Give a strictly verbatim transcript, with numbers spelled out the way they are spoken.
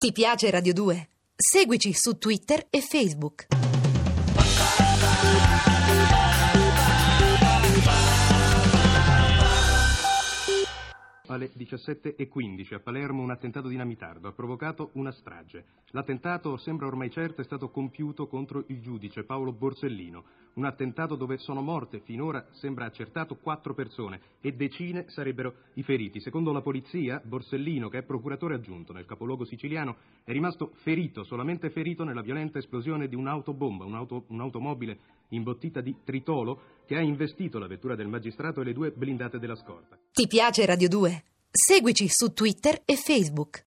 Ti piace Radio due? Seguici su Twitter e Facebook. Alle diciassette e quindici a Palermo un attentato dinamitardo ha provocato una strage. L'attentato, sembra ormai certo, è stato compiuto contro il giudice Paolo Borsellino. Un attentato dove sono morte, finora sembra accertato, quattro persone e decine sarebbero i feriti. Secondo la polizia, Borsellino, che è procuratore aggiunto nel capoluogo siciliano, è rimasto ferito, solamente ferito, nella violenta esplosione di un'autobomba, un'auto, un'automobile imbottita di tritolo che ha investito la vettura del magistrato e le due blindate della scorta. Ti piace Radio due? Seguici su Twitter e Facebook.